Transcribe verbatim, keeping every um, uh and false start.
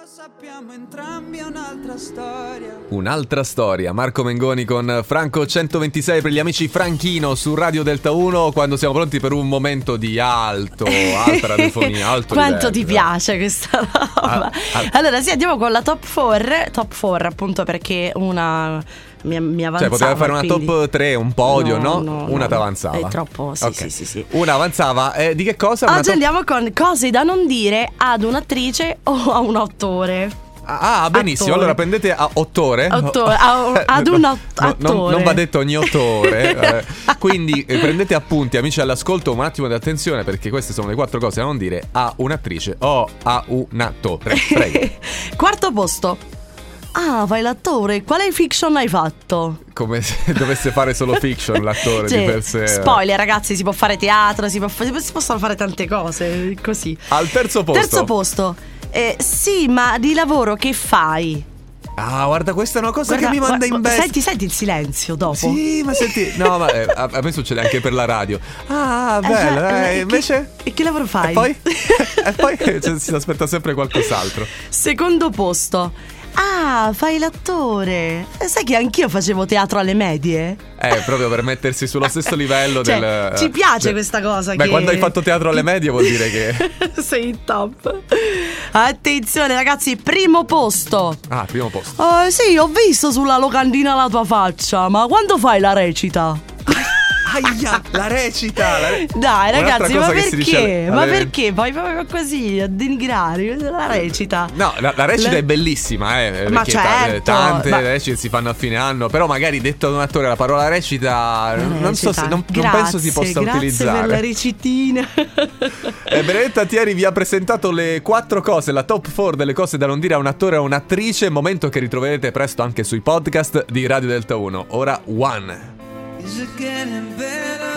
Sappiamo entrambi un'altra storia. Un'altra storia. Marco Mengoni con Franco centoventisei per gli amici Franchino su Radio Delta uno, quando siamo pronti per un momento di alto, alta radiofonia, alto Quanto livello. ti piace questa roba? Ah, ah. Allora, sì, andiamo con la top quattro. Top quattro, appunto, perché una mi, mi avanzava. Cioè, poteva fare una quindi... top tre, un podio, no? no? no una no, t'avanzava. È troppo, sì, okay. sì, sì, sì. Una avanzava. Eh, di che cosa? Una Oggi top... andiamo con cose da non dire ad un'attrice o a un attore. Ah, benissimo. Attore. Allora prendete a otto ore. Otto- a- ad un at- No, attore. non, non va detto ogni otto ore. eh. Quindi eh, prendete appunti, amici all'ascolto, un attimo di attenzione, perché queste sono le quattro cose da non dire a un'attrice o a un attore. Prego. Quarto posto. Ah, fai l'attore. Quale fiction hai fatto? Come se dovesse fare solo fiction l'attore Cioè, di per sé. spoiler, ragazzi, si può fare teatro, si, può fa- si possono fare tante cose così. Al terzo posto. Terzo posto. Eh, sì, ma di lavoro che fai? Ah, guarda, questa è una cosa Guarda, che mi manda gua- in bestia. Senti, senti il silenzio dopo. Sì, ma senti. No, ma eh, a, a me succede anche per la radio. Ah, bello, Eh, eh, che- invece. E che lavoro fai? E poi? E poi cioè, si aspetta sempre qualcos'altro. Secondo posto. Ah, fai l'attore. Eh, Sai che anch'io facevo teatro alle medie? Eh, proprio per mettersi sullo stesso livello Cioè, del. ci piace del- questa cosa. Beh, che... quando hai fatto teatro alle medie vuol dire che. Sei in top. Attenzione, ragazzi, primo posto. Ah, primo posto. Oh, sì, ho visto sulla locandina la tua faccia, ma quando fai la recita? Aia, la recita, la re- Dai, Un'altra ragazzi, cosa ma che si dice perché? alle- Ma alle- perché? Poi proprio così a denigrare la recita. No, la, la recita Le- è bellissima, eh. Ma perché ta- certo, tante ma- recite si fanno a fine anno. Però magari detto ad un attore la parola recita, La non so recita. se non, non Grazie, penso si possa grazie utilizzare. per la recitina. E Benedetta Thieri vi ha presentato le quattro cose, la top quattro delle cose da non dire a un attore o a un'attrice, momento che ritroverete presto anche sui podcast di Radio Delta uno. Ora One. Is it getting better?